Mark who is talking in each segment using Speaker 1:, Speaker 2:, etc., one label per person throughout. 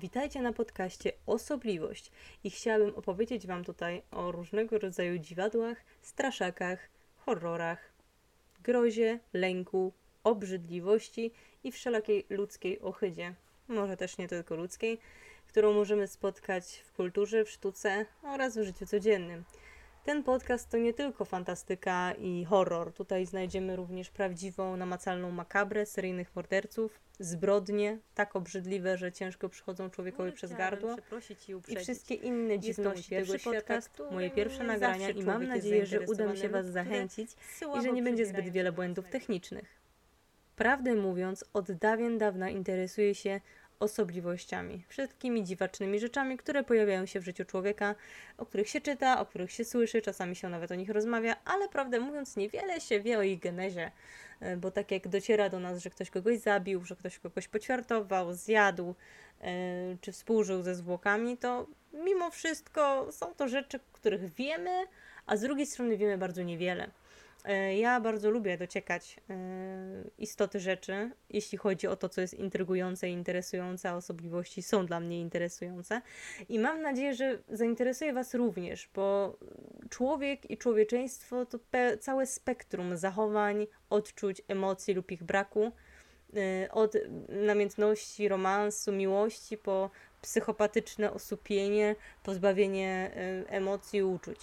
Speaker 1: Witajcie na podcaście Osobliwość i chciałabym opowiedzieć Wam tutaj o różnego rodzaju dziwadłach, straszakach, horrorach, grozie, lęku, obrzydliwości i wszelakiej ludzkiej ohydzie, może też nie tylko ludzkiej, którą możemy spotkać w kulturze, w sztuce oraz w życiu codziennym. Ten podcast to nie tylko fantastyka i horror. Tutaj znajdziemy również prawdziwą, namacalną makabrę seryjnych morderców, zbrodnie tak obrzydliwe, że ciężko przychodzą człowiekowi przez gardło i wszystkie inne dziwności tego świata, moje pierwsze nagrania i mam nadzieję, że uda mi się Was zachęcić i że nie będzie zbyt wiele błędów technicznych. Prawdę mówiąc, od dawien dawna interesuję się osobliwościami, wszystkimi dziwacznymi rzeczami, które pojawiają się w życiu człowieka, o których się czyta, o których się słyszy, czasami się nawet o nich rozmawia, ale prawdę mówiąc niewiele się wie o ich genezie, bo tak jak dociera do nas, że ktoś kogoś zabił, że ktoś kogoś poćwiartował, zjadł, czy współżył ze zwłokami, to mimo wszystko są to rzeczy, których wiemy, a z drugiej strony wiemy bardzo niewiele. Ja bardzo lubię dociekać istoty rzeczy, jeśli chodzi o to, co jest intrygujące i interesujące, a osobliwości są dla mnie interesujące. I mam nadzieję, że zainteresuje Was również, bo człowiek i człowieczeństwo to całe spektrum zachowań, odczuć, emocji lub ich braku. Od namiętności, romansu, miłości po psychopatyczne osłupienie, pozbawienie emocji i uczuć.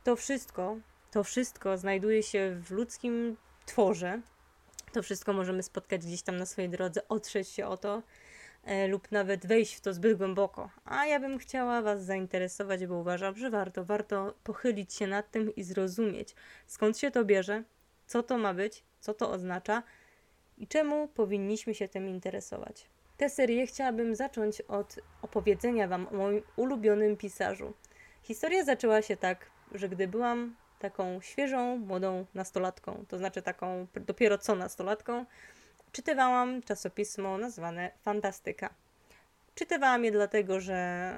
Speaker 1: To wszystko znajduje się w ludzkim tworze. To wszystko możemy spotkać gdzieś tam na swojej drodze, otrzeć się o to lub nawet wejść w to zbyt głęboko. A ja bym chciała Was zainteresować, bo uważam, że warto pochylić się nad tym i zrozumieć, skąd się to bierze, co to ma być, co to oznacza i czemu powinniśmy się tym interesować. Tę serię chciałabym zacząć od opowiedzenia Wam o moim ulubionym pisarzu. Historia zaczęła się tak, że gdy byłam taką świeżą, młodą nastolatką, to znaczy taką dopiero co nastolatką, czytywałam czasopismo nazwane Fantastyka. Czytywałam je dlatego, że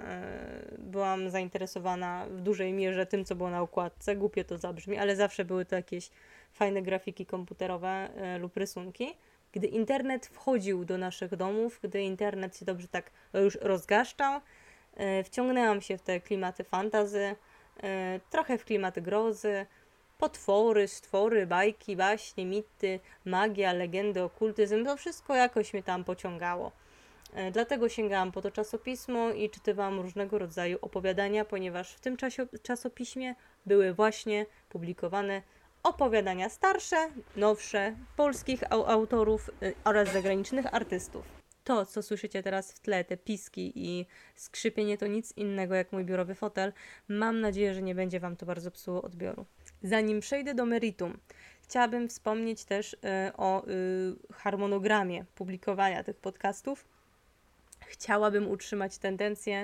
Speaker 1: byłam zainteresowana w dużej mierze tym, co było na okładce. Głupie to zabrzmi, ale zawsze były to jakieś fajne grafiki komputerowe lub rysunki. Gdy internet wchodził do naszych domów, gdy internet się dobrze tak już rozgaszczał, wciągnęłam się w te klimaty fantasy, trochę w klimaty grozy, potwory, stwory, bajki, baśnie, mity, magia, legendy, okultyzm, to wszystko jakoś mnie tam pociągało. Dlatego sięgałam po to czasopismo i czytywałam różnego rodzaju opowiadania, ponieważ w tym czasopiśmie były właśnie publikowane opowiadania starsze, nowsze, polskich autorów oraz zagranicznych artystów. To, co słyszycie teraz w tle, te piski i skrzypienie, to nic innego jak mój biurowy fotel. Mam nadzieję, że nie będzie Wam to bardzo psuło odbioru. Zanim przejdę do meritum, chciałabym wspomnieć też o harmonogramie publikowania tych podcastów. Chciałabym utrzymać tendencję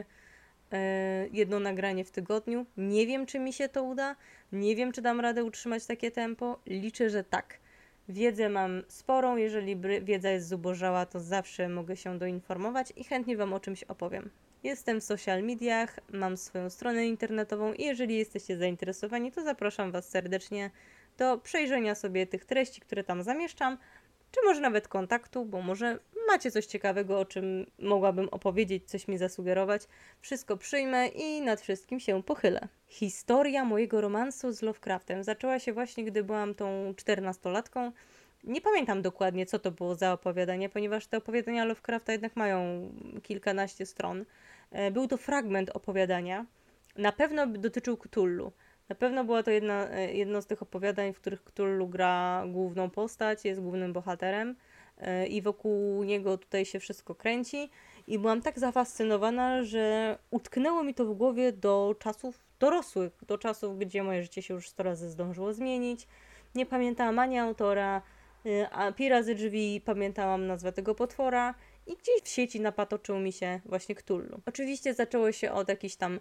Speaker 1: jedno nagranie w tygodniu. Nie wiem, czy mi się to uda. Nie wiem, czy dam radę utrzymać takie tempo. Liczę, że tak. Wiedzę mam sporą, jeżeli wiedza jest zubożała, to zawsze mogę się doinformować i chętnie Wam o czymś opowiem. Jestem w social mediach, mam swoją stronę internetową i jeżeli jesteście zainteresowani, to zapraszam Was serdecznie do przejrzenia sobie tych treści, które tam zamieszczam, czy może nawet kontaktu, bo może macie coś ciekawego, o czym mogłabym opowiedzieć, coś mi zasugerować. Wszystko przyjmę i nad wszystkim się pochylę. Historia mojego romansu z Lovecraftem zaczęła się właśnie, gdy byłam tą 14-latką. Nie pamiętam dokładnie, co to było za opowiadanie, ponieważ te opowiadania Lovecrafta jednak mają kilkanaście stron. Był to fragment opowiadania. Na pewno dotyczył Cthulhu. Na pewno była to jedno z tych opowiadań, w których Cthulhu gra główną postać, jest głównym bohaterem i wokół niego tutaj się wszystko kręci. I byłam tak zafascynowana, że utknęło mi to w głowie do czasów dorosłych, do czasów, gdzie moje życie się już 100 razy zdążyło zmienić. Nie pamiętałam ani autora, a pi razy drzwi pamiętałam nazwę tego potwora i gdzieś w sieci napatoczył mi się właśnie Cthulhu. Oczywiście zaczęło się od jakichś tam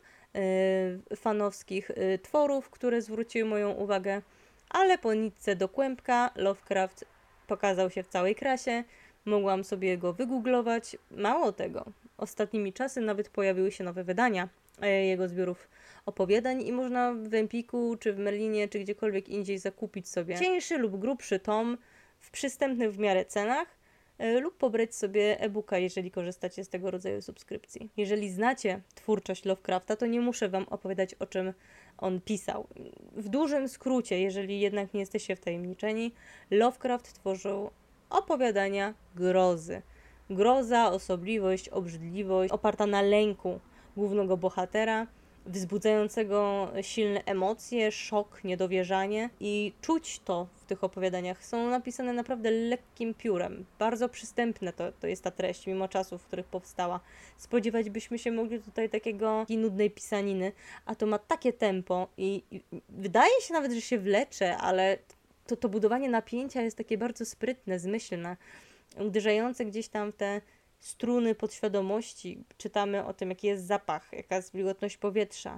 Speaker 1: fanowskich tworów, które zwróciły moją uwagę, ale po nitce do kłębka Lovecraft pokazał się w całej krasie. Mogłam sobie go wygooglować. Mało tego, ostatnimi czasy nawet pojawiły się nowe wydania jego zbiorów opowiadań i można w Empiku, czy w Merlinie, czy gdziekolwiek indziej zakupić sobie cieńszy lub grubszy tom w przystępnych w miarę cenach lub pobrać sobie e-booka, jeżeli korzystacie z tego rodzaju subskrypcji. Jeżeli znacie twórczość Lovecrafta, to nie muszę Wam opowiadać, o czym on pisał. W dużym skrócie, jeżeli jednak nie jesteście wtajemniczeni, Lovecraft tworzył opowiadania grozy. Groza, osobliwość, obrzydliwość, oparta na lęku głównego bohatera, wzbudzającego silne emocje, szok, niedowierzanie i czuć to w tych opowiadaniach. Są napisane naprawdę lekkim piórem. Bardzo przystępne to jest ta treść, mimo czasów, w których powstała. Spodziewać byśmy się mogli tutaj takiej nudnej pisaniny, a to ma takie tempo i wydaje się nawet, że się wlecze, ale to budowanie napięcia jest takie bardzo sprytne, zmyślne, uderzające gdzieś tam w te struny podświadomości. Czytamy o tym, jaki jest zapach, jaka jest wilgotność powietrza,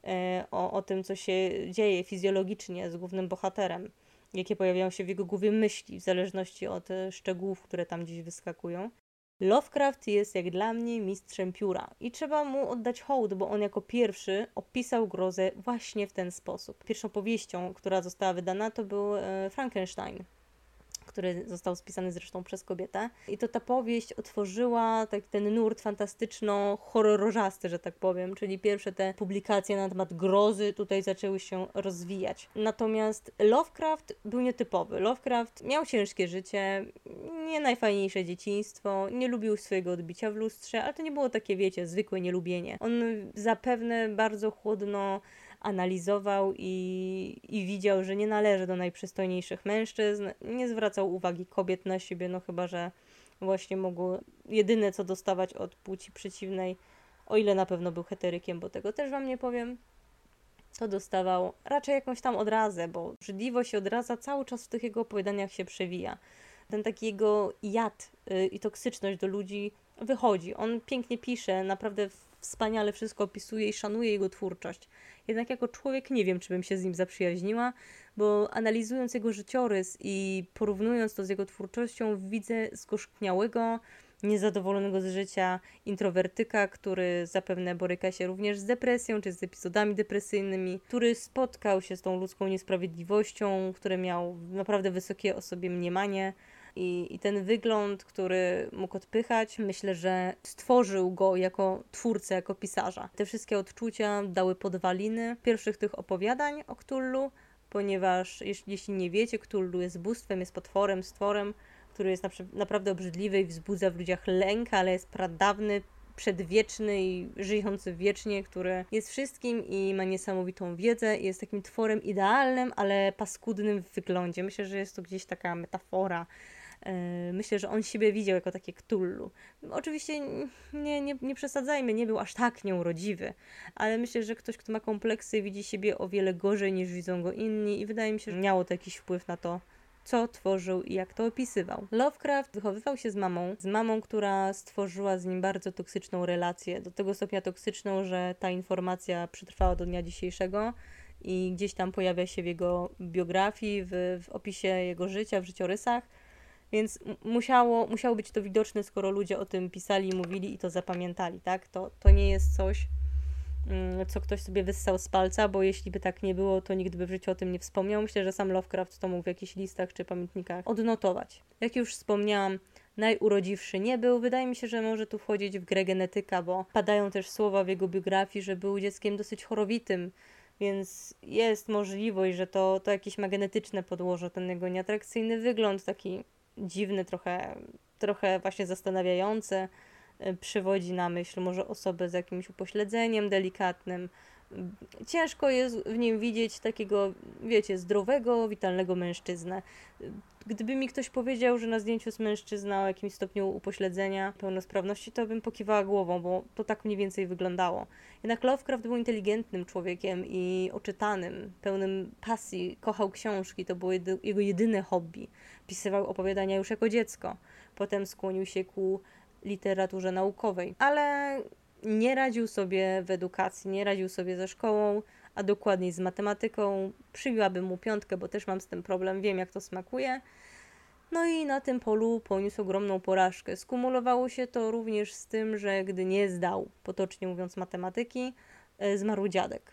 Speaker 1: o tym, co się dzieje fizjologicznie z głównym bohaterem, jakie pojawiają się w jego głowie myśli, w zależności od szczegółów, które tam gdzieś wyskakują. Lovecraft jest jak dla mnie mistrzem pióra i trzeba mu oddać hołd, bo on jako pierwszy opisał grozę właśnie w ten sposób. Pierwszą powieścią, która została wydana, to był Frankenstein, który został spisany zresztą przez kobietę. I to ta powieść otworzyła ten nurt fantastyczno-horrorożasty, że tak powiem, czyli pierwsze te publikacje na temat grozy tutaj zaczęły się rozwijać. Natomiast Lovecraft był nietypowy. Lovecraft miał ciężkie życie, nie najfajniejsze dzieciństwo, nie lubił swojego odbicia w lustrze, ale to nie było takie, wiecie, zwykłe nielubienie. On zapewne bardzo chłodno analizował i widział, że nie należy do najprzystojniejszych mężczyzn, nie zwracał uwagi kobiet na siebie, no chyba że właśnie mogło jedyne co dostawać od płci przeciwnej, o ile na pewno był heterykiem, bo tego też Wam nie powiem, to dostawał raczej jakąś tam odrazę, bo brzydliwość i odraza cały czas w tych jego opowiadaniach się przewija. Ten taki jego jad i toksyczność do ludzi wychodzi. On pięknie pisze, naprawdę wspaniale wszystko opisuje i szanuje jego twórczość. Jednak jako człowiek nie wiem, czy bym się z nim zaprzyjaźniła, bo analizując jego życiorys i porównując to z jego twórczością, widzę zgorzkniałego, niezadowolonego z życia introwertyka, który zapewne boryka się również z depresją, czy z epizodami depresyjnymi, który spotkał się z tą ludzką niesprawiedliwością, który miał naprawdę wysokie o sobie mniemanie. I ten wygląd, który mógł odpychać, myślę, że stworzył go jako twórcę, jako pisarza. Te wszystkie odczucia dały podwaliny pierwszych tych opowiadań o Cthulhu, ponieważ jeśli nie wiecie, Cthulhu jest bóstwem, jest potworem, stworem, który jest naprawdę obrzydliwy i wzbudza w ludziach lęk, ale jest pradawny, przedwieczny i żyjący wiecznie, który jest wszystkim i ma niesamowitą wiedzę i jest takim tworem idealnym, ale paskudnym w wyglądzie. Myślę, że jest to gdzieś taka metafora. Myślę, że on siebie widział jako takie Cthulhu. Oczywiście nie przesadzajmy, nie był aż tak nieurodziwy, ale myślę, że ktoś, kto ma kompleksy, widzi siebie o wiele gorzej niż widzą go inni i wydaje mi się, że miało to jakiś wpływ na to, co tworzył i jak to opisywał. Lovecraft wychowywał się z mamą, która stworzyła z nim bardzo toksyczną relację, do tego stopnia toksyczną, że ta informacja przetrwała do dnia dzisiejszego i gdzieś tam pojawia się w jego biografii, w opisie jego życia, w życiorysach. Więc musiało być to widoczne, skoro ludzie o tym pisali, mówili i to zapamiętali, tak? To nie jest coś, co ktoś sobie wyssał z palca, bo jeśli by tak nie było, to nikt by w życiu o tym nie wspomniał. Myślę, że sam Lovecraft to mógł w jakichś listach czy pamiętnikach odnotować. Jak już wspomniałam, najurodziwszy nie był. Wydaje mi się, że może tu wchodzić w grę genetyka, bo padają też słowa w jego biografii, że był dzieckiem dosyć chorowitym, więc jest możliwość, że to jakieś ma genetyczne podłoże, ten jego nieatrakcyjny wygląd, taki dziwny, trochę właśnie zastanawiający, przywodzi na myśl może osobę z jakimś upośledzeniem delikatnym. Ciężko jest w nim widzieć takiego, wiecie, zdrowego, witalnego mężczyznę. Gdyby mi ktoś powiedział, że na zdjęciu jest mężczyzna o jakimś stopniu upośledzenia, pełnosprawności, to bym pokiwała głową, bo to tak mniej więcej wyglądało. Jednak Lovecraft był inteligentnym człowiekiem i oczytanym, pełnym pasji, kochał książki, to było jego jedyne hobby. Pisywał opowiadania już jako dziecko. Potem skłonił się ku literaturze naukowej, ale nie radził sobie w edukacji, nie radził sobie ze szkołą, a dokładniej z matematyką. Przybiłabym mu 5, bo też mam z tym problem, wiem jak to smakuje. No i na tym polu poniósł ogromną porażkę. Skumulowało się to również z tym, że gdy nie zdał, potocznie mówiąc, matematyki, zmarł dziadek.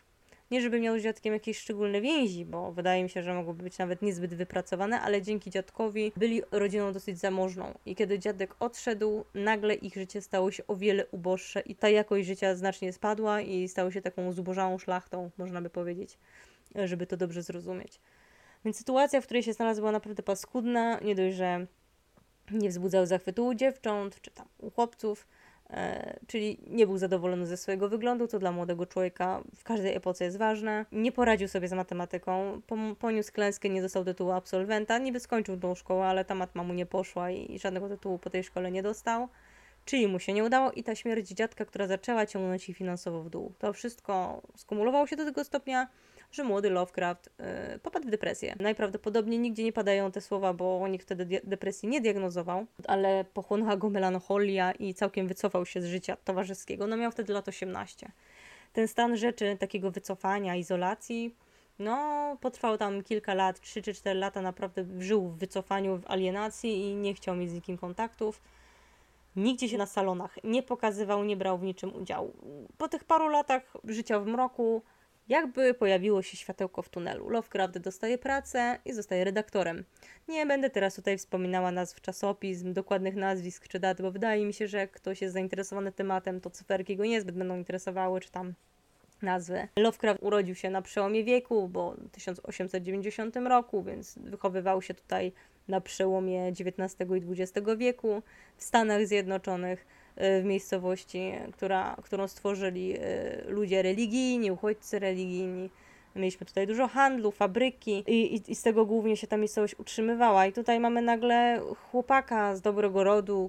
Speaker 1: Nie, żeby miał z dziadkiem jakieś szczególne więzi, bo wydaje mi się, że mogłyby być nawet niezbyt wypracowane, ale dzięki dziadkowi byli rodziną dosyć zamożną. I kiedy dziadek odszedł, nagle ich życie stało się o wiele uboższe i ta jakość życia znacznie spadła i stało się taką zubożałą szlachtą, można by powiedzieć, żeby to dobrze zrozumieć. Więc sytuacja, w której się znalazł, była naprawdę paskudna. Nie dość, że nie wzbudzał zachwytu u dziewcząt, czy tam u chłopców, czyli nie był zadowolony ze swojego wyglądu, co dla młodego człowieka w każdej epoce jest ważne. Nie poradził sobie z matematyką, poniósł klęskę, nie dostał tytułu absolwenta, niby skończył tą szkołę, ale ta matma mu nie poszła i żadnego tytułu po tej szkole nie dostał. Czyli mu się nie udało i ta śmierć dziadka, która zaczęła ciągnąć ich finansowo w dół. To wszystko skumulowało się do tego stopnia, że młody Lovecraft popadł w depresję. Najprawdopodobniej nigdzie nie padają te słowa, bo nikt wtedy depresji nie diagnozował, ale pochłonęła go melancholia i całkiem wycofał się z życia towarzyskiego. No miał wtedy lat 18. Ten stan rzeczy, takiego wycofania, izolacji, no potrwał tam kilka lat, 3 czy 4 lata, naprawdę żył w wycofaniu, w alienacji i nie chciał mieć z nikim kontaktów. Nigdzie się na salonach nie pokazywał, nie brał w niczym udziału. Po tych paru latach życia w mroku jakby pojawiło się światełko w tunelu. Lovecraft dostaje pracę i zostaje redaktorem. Nie będę teraz tutaj wspominała nazw czasopism, dokładnych nazwisk czy dat, bo wydaje mi się, że jak ktoś jest zainteresowany tematem, to cyferki go niezbyt będą interesowały, czy tam nazwy. Lovecraft urodził się na przełomie wieku, bo w 1890 roku, więc wychowywał się tutaj na przełomie XIX i XX wieku w Stanach Zjednoczonych, w miejscowości, którą stworzyli ludzie religijni, uchodźcy religijni. Mieliśmy tutaj dużo handlu, fabryki i z tego głównie się ta miejscowość utrzymywała. I tutaj mamy nagle chłopaka z dobrego rodu,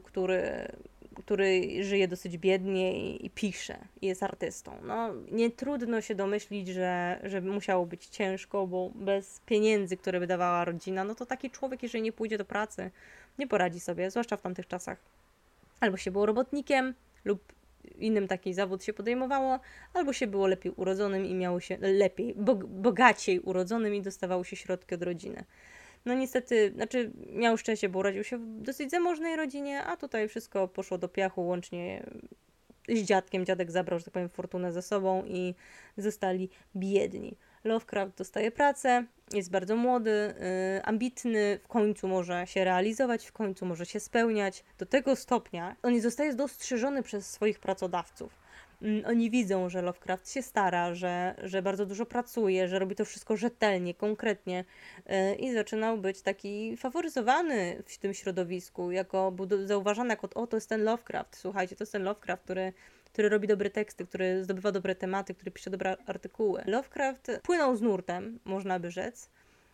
Speaker 1: który żyje dosyć biednie i pisze, i jest artystą. No, nie trudno się domyślić, że musiało być ciężko, bo bez pieniędzy, które by dawała rodzina, no to taki człowiek, jeżeli nie pójdzie do pracy, nie poradzi sobie, zwłaszcza w tamtych czasach. Albo się było robotnikiem, lub innym taki zawód się podejmowało, albo się było lepiej urodzonym i miało się bogaciej urodzonym i dostawało się środki od rodziny. No niestety, miał szczęście, bo urodził się w dosyć zamożnej rodzinie, a tutaj wszystko poszło do piachu, łącznie z dziadkiem. Dziadek zabrał, że tak powiem, fortunę ze sobą i zostali biedni. Lovecraft dostaje pracę, jest bardzo młody, ambitny, w końcu może się realizować, w końcu może się spełniać. Do tego stopnia on zostaje dostrzeżony przez swoich pracodawców. Oni widzą, że Lovecraft się stara, że bardzo dużo pracuje, że robi to wszystko rzetelnie, konkretnie i zaczynał być taki faworyzowany w tym środowisku, był zauważany jako to jest ten Lovecraft, słuchajcie, to jest ten Lovecraft, który robi dobre teksty, który zdobywa dobre tematy, który pisze dobre artykuły. Lovecraft płynął z nurtem, można by rzec,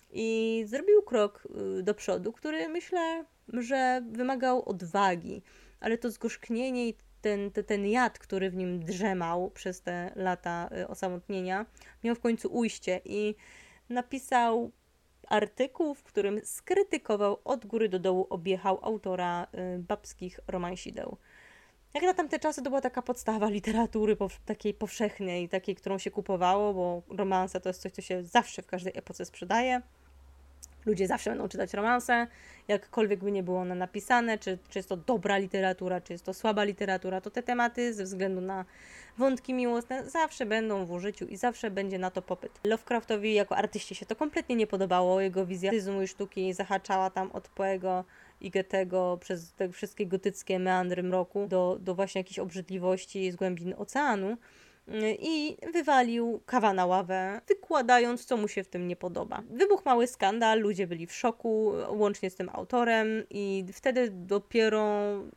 Speaker 1: i zrobił krok do przodu, który myślę, że wymagał odwagi, ale to zgorzknienie i ten jad, który w nim drzemał przez te lata osamotnienia, miał w końcu ujście i napisał artykuł, w którym skrytykował od góry do dołu, objechał autora babskich romansideł. Jak na tamte czasy to była taka podstawa literatury takiej powszechnej, takiej, którą się kupowało, bo romanse to jest coś, co się zawsze w każdej epoce sprzedaje. Ludzie zawsze będą czytać romanse, jakkolwiek by nie było one napisane, czy jest to dobra literatura, czy jest to słaba literatura, to te tematy ze względu na wątki miłosne zawsze będą w użyciu i zawsze będzie na to popyt. Lovecraftowi jako artyście się to kompletnie nie podobało, jego wizja artyzmu i sztuki zahaczała tam od Poego i Goethego przez te wszystkie gotyckie meandry mroku do właśnie jakichś obrzydliwości z głębin oceanu. I wywalił kawa na ławę, wykładając, co mu się w tym nie podoba. Wybuchł mały skandal, ludzie byli w szoku, łącznie z tym autorem, i wtedy dopiero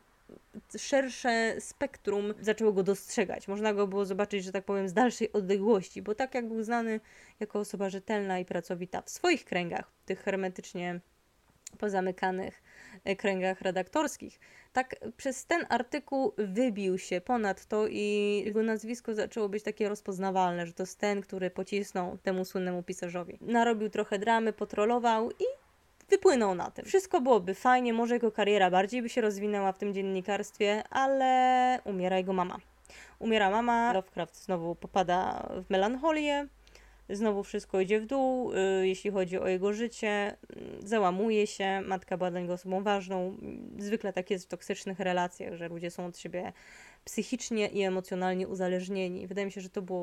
Speaker 1: szersze spektrum zaczęło go dostrzegać. Można go było zobaczyć, że tak powiem, z dalszej odległości, bo tak jak był znany jako osoba rzetelna i pracowita w swoich kręgach, tych hermetycznie pozamykanych kręgach redaktorskich. Tak przez ten artykuł wybił się ponad to i jego nazwisko zaczęło być takie rozpoznawalne, że to jest ten, który pocisnął temu słynnemu pisarzowi. Narobił trochę dramy, potrolował i wypłynął na tym. Wszystko byłoby fajnie, może jego kariera bardziej by się rozwinęła w tym dziennikarstwie, ale umiera jego mama. Umiera mama, Lovecraft znowu popada w melancholię, znowu wszystko idzie w dół, jeśli chodzi o jego życie, załamuje się, matka była dla niego osobą ważną. Zwykle tak jest w toksycznych relacjach, że ludzie są od siebie psychicznie i emocjonalnie uzależnieni. Wydaje mi się, że to było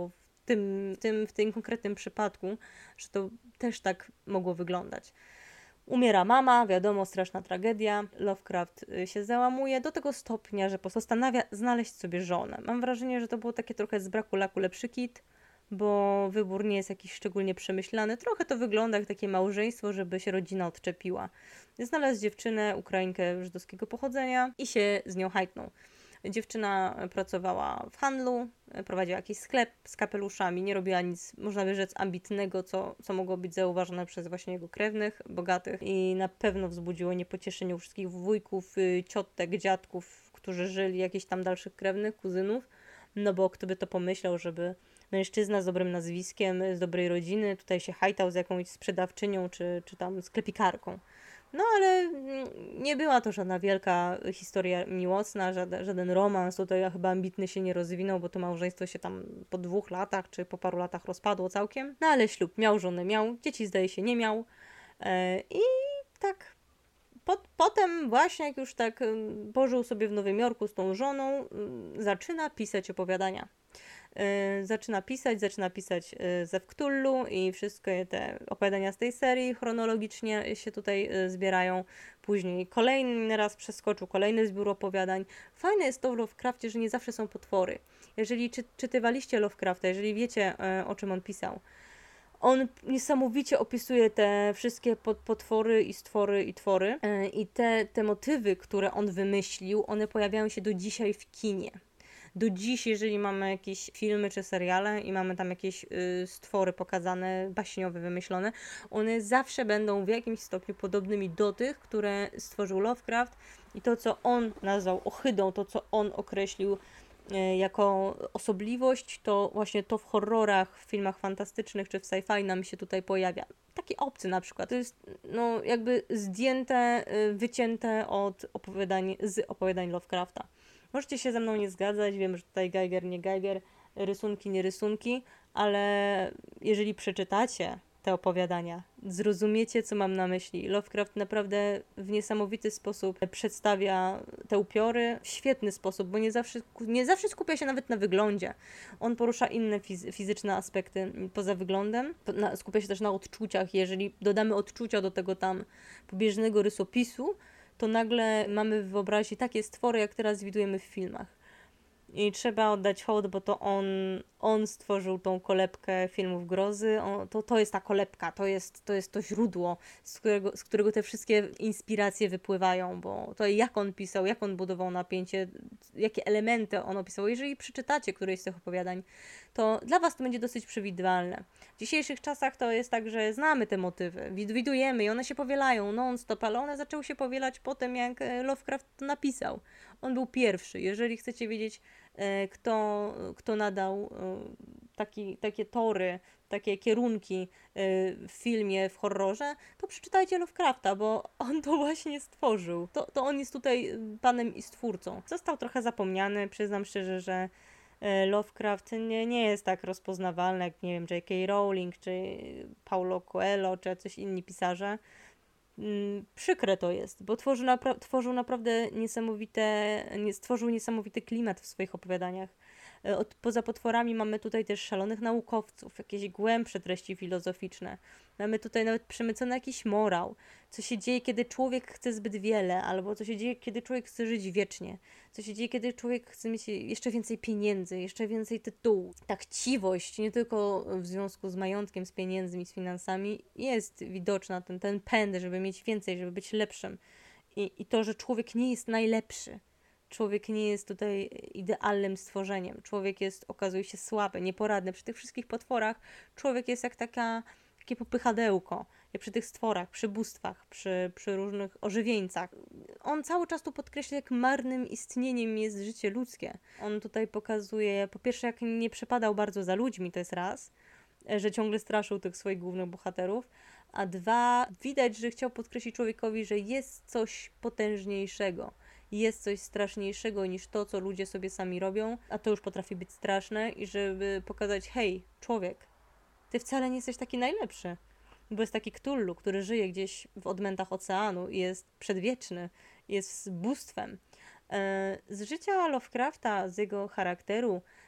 Speaker 1: w tym konkretnym przypadku, że to też tak mogło wyglądać. Umiera mama, wiadomo, straszna tragedia. Lovecraft się załamuje do tego stopnia, że postanawia znaleźć sobie żonę. Mam wrażenie, że to było takie trochę z braku laku lepszy kit, bo wybór nie jest jakiś szczególnie przemyślany. Trochę to wygląda jak takie małżeństwo, żeby się rodzina odczepiła. Znalazł dziewczynę, Ukrainkę żydowskiego pochodzenia i się z nią hajtnął. Dziewczyna pracowała w handlu, prowadziła jakiś sklep z kapeluszami, nie robiła nic, można by rzec, ambitnego, co mogło być zauważone przez właśnie jego krewnych, bogatych i na pewno wzbudziło niepocieszenie u wszystkich wujków, ciotek, dziadków, którzy żyli, jakichś tam dalszych krewnych, kuzynów, no bo kto by to pomyślał, żeby mężczyzna z dobrym nazwiskiem, z dobrej rodziny tutaj się hajtał z jakąś sprzedawczynią czy tam sklepikarką. No ale nie była to żadna wielka historia miłosna, żaden romans, tutaj chyba ambitny się nie rozwinął, bo to małżeństwo się tam po 2 latach czy po paru latach rozpadło całkiem. No ale ślub miał, żonę miał, dzieci zdaje się nie miał i tak potem właśnie jak już tak pożył sobie w Nowym Jorku z tą żoną, zaczyna pisać opowiadania. Zaczyna pisać ze Cthulhu i wszystkie te opowiadania z tej serii chronologicznie się tutaj zbierają. Później kolejny raz przeskoczył kolejny zbiór opowiadań. Fajne jest to w Lovecraftie, że nie zawsze są potwory. Jeżeli czytywaliście Lovecrafta, jeżeli wiecie, o czym on pisał, on niesamowicie opisuje te wszystkie potwory i stwory i twory. I te motywy, które on wymyślił, one pojawiają się do dzisiaj w kinie. Do dziś, jeżeli mamy jakieś filmy czy seriale i mamy tam jakieś stwory pokazane, baśniowe, wymyślone, one zawsze będą w jakimś stopniu podobnymi do tych, które stworzył Lovecraft i to, co on nazwał ohydą, to, co on określił jako osobliwość, to właśnie to w horrorach, w filmach fantastycznych czy w sci-fi nam się tutaj pojawia. Taki Obcy na przykład. To jest no, jakby zdjęte, wycięte z opowiadań Lovecrafta. Możecie się ze mną nie zgadzać, wiem, że tutaj Geiger, nie Geiger, rysunki, nie rysunki, ale jeżeli przeczytacie te opowiadania, zrozumiecie, co mam na myśli. Lovecraft naprawdę w niesamowity sposób przedstawia te upiory, w świetny sposób, bo nie zawsze skupia się nawet na wyglądzie. On porusza inne fizyczne aspekty poza wyglądem, skupia się też na odczuciach. Jeżeli dodamy odczucia do tego tam pobieżnego rysopisu, to nagle mamy w wyobraźni takie stwory, jak teraz widujemy w filmach. I trzeba oddać hołd, bo to on stworzył tą kolebkę filmów grozy. To jest ta kolebka, to jest to źródło, z którego te wszystkie inspiracje wypływają, bo to jak on pisał, jak on budował napięcie, jakie elementy on opisał. Jeżeli przeczytacie któreś z tych opowiadań, to dla was to będzie dosyć przewidywalne. W dzisiejszych czasach to jest tak, że znamy te motywy, widujemy i one się powielają non-stop, ale one zaczęły się powielać po tym, jak Lovecraft to napisał. On był pierwszy. Jeżeli chcecie wiedzieć, kto nadał takie tory, takie kierunki w filmie, w horrorze, to przeczytajcie Lovecrafta, bo on to właśnie stworzył. To on jest tutaj panem i stwórcą. Został trochę zapomniany, przyznam szczerze, że Lovecraft nie jest tak rozpoznawalny jak, nie wiem, J.K. Rowling, czy Paulo Coelho, czy jacyś inni pisarze. Przykre to jest, bo stworzył naprawdę stworzył niesamowity klimat w swoich opowiadaniach. Poza potworami mamy tutaj też szalonych naukowców, jakieś głębsze treści filozoficzne. Mamy tutaj nawet przemycony jakiś morał. Co się dzieje, kiedy człowiek chce zbyt wiele, albo co się dzieje, kiedy człowiek chce żyć wiecznie. Co się dzieje, kiedy człowiek chce mieć jeszcze więcej pieniędzy, jeszcze więcej tytułów. Ta chciwość, nie tylko w związku z majątkiem, z pieniędzmi, z finansami, jest widoczna, ten pęd, żeby mieć więcej, żeby być lepszym. I to, że człowiek nie jest najlepszy. Człowiek nie jest tutaj idealnym stworzeniem. Człowiek jest, okazuje się, słaby, nieporadny. Przy tych wszystkich potworach człowiek jest jak takie popychadełko. Jak przy tych stworach, przy bóstwach, przy różnych ożywieńcach. On cały czas tu podkreśla, jak marnym istnieniem jest życie ludzkie. On tutaj pokazuje, po pierwsze, jak nie przepadał bardzo za ludźmi, to jest raz, że ciągle straszył tych swoich głównych bohaterów, a dwa, widać, że chciał podkreślić człowiekowi, że jest coś potężniejszego. Jest coś straszniejszego niż to, co ludzie sobie sami robią, a to już potrafi być straszne i żeby pokazać, hej, człowiek, ty wcale nie jesteś taki najlepszy, bo jest taki Cthulhu, który żyje gdzieś w odmętach oceanu i jest przedwieczny, jest bóstwem. Z życia Lovecrafta, z jego charakteru,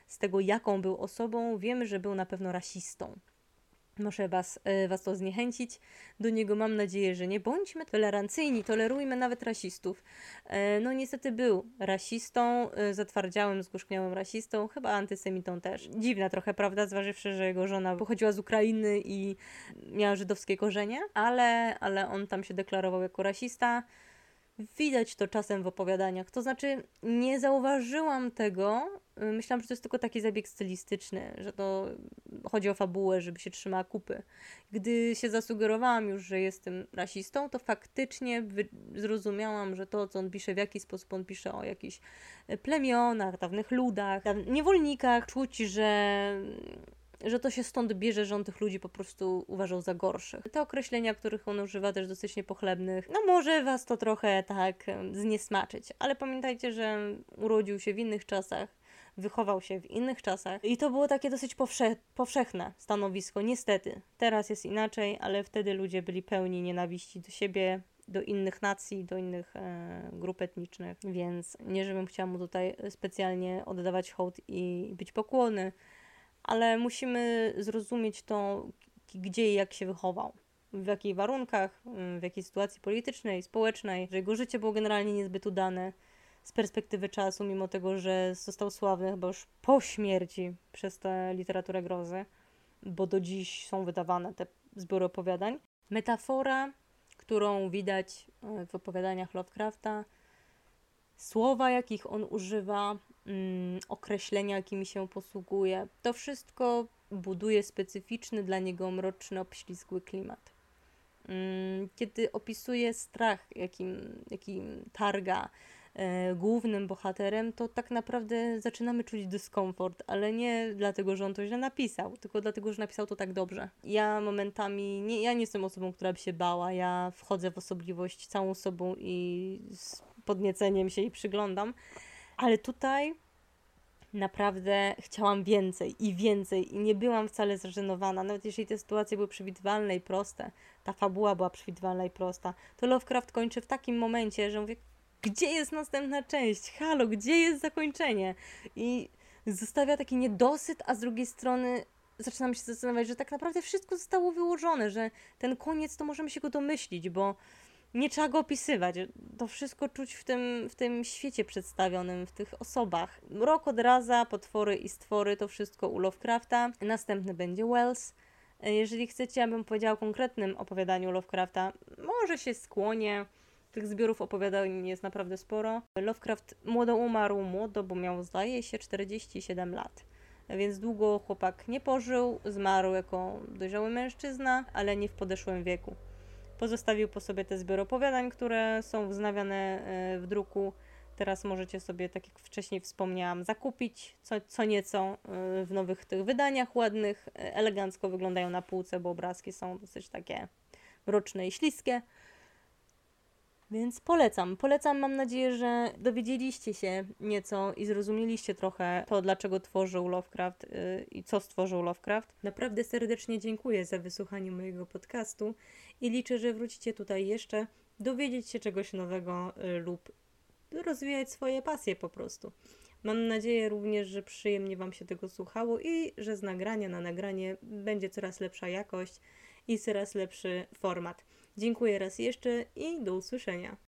Speaker 1: z tego, jaką był osobą, wiemy, że był na pewno rasistą. Muszę was to zniechęcić do niego. Mam nadzieję, że nie. Bądźmy tolerancyjni, tolerujmy nawet rasistów. No niestety był rasistą, zatwardziałym, zgorzkniałym rasistą, chyba antysemitą też. Dziwna trochę, prawda, zważywszy, że jego żona pochodziła z Ukrainy i miała żydowskie korzenie, ale on tam się deklarował jako rasista. Widać to czasem w opowiadaniach. To znaczy, nie zauważyłam tego. Myślałam, że to jest tylko taki zabieg stylistyczny, że to chodzi o fabułę, żeby się trzymała kupy. Gdy się zasugerowałam już, że jestem rasistą, to faktycznie zrozumiałam, że to, co on pisze, w jaki sposób on pisze o jakichś plemionach, dawnych ludach, niewolnikach, czuć, że to się stąd bierze, że on tych ludzi po prostu uważał za gorszych. Te określenia, których on używa, też dosyć niepochlebnych, no może was to trochę tak zniesmaczyć, ale pamiętajcie, że urodził się w innych czasach, wychował się w innych czasach i to było takie dosyć powszechne stanowisko, niestety. Teraz jest inaczej, ale wtedy ludzie byli pełni nienawiści do siebie, do innych nacji, do innych grup etnicznych, więc nie, żebym chciała mu tutaj specjalnie oddawać hołd i być pokłonny, ale musimy zrozumieć to, gdzie i jak się wychował, w jakich warunkach, w jakiej sytuacji politycznej, społecznej, że jego życie było generalnie niezbyt udane z perspektywy czasu, mimo tego, że został sławny chyba już po śmierci przez tę literaturę grozy, bo do dziś są wydawane te zbiory opowiadań. Metafora, którą widać w opowiadaniach Lovecrafta, słowa, jakich on używa, określenia, jakimi się posługuje, to wszystko buduje specyficzny dla niego mroczny, obślizgły klimat. Kiedy opisuje strach, jakim targa głównym bohaterem, to tak naprawdę zaczynamy czuć dyskomfort, ale nie dlatego, że on to źle napisał, tylko dlatego, że napisał to tak dobrze. Ja momentami, ja nie jestem osobą, która by się bała, ja wchodzę w osobliwość całą sobą i z podnieceniem się jej przyglądam, ale tutaj naprawdę chciałam więcej i nie byłam wcale zreżenowana. Nawet jeżeli te sytuacje były przewidywalne i proste, ta fabuła była przewidywalna i prosta, to Lovecraft kończy w takim momencie, że mówię, gdzie jest następna część? Halo, gdzie jest zakończenie? I zostawia taki niedosyt, a z drugiej strony zaczynam się zastanawiać, że tak naprawdę wszystko zostało wyłożone, że ten koniec to możemy się go domyślić, bo nie trzeba go opisywać. To wszystko czuć w tym świecie przedstawionym, w tych osobach. Mrok, odraza, potwory i stwory, to wszystko u Lovecrafta. Następny będzie Wells. Jeżeli chcecie, abym powiedziała o konkretnym opowiadaniu Lovecrafta, może się skłonię. Tych zbiorów opowiadań jest naprawdę sporo. Lovecraft umarł, bo miał, zdaje się, 47 lat. Więc długo chłopak nie pożył, zmarł jako dojrzały mężczyzna, ale nie w podeszłym wieku. Pozostawił po sobie te zbiory opowiadań, które są wznawiane w druku. Teraz możecie sobie, tak jak wcześniej wspomniałam, zakupić co nieco w nowych tych wydaniach ładnych. Elegancko wyglądają na półce, bo obrazki są dosyć takie mroczne i śliskie. Więc polecam. Mam nadzieję, że dowiedzieliście się nieco i zrozumieliście trochę to, dlaczego tworzył Lovecraft i co stworzył Lovecraft. Naprawdę serdecznie dziękuję za wysłuchanie mojego podcastu i liczę, że wrócicie tutaj jeszcze dowiedzieć się czegoś nowego lub rozwijać swoje pasje po prostu. Mam nadzieję również, że przyjemnie Wam się tego słuchało i że z nagrania na nagranie będzie coraz lepsza jakość i coraz lepszy format. Dziękuję raz jeszcze i do usłyszenia.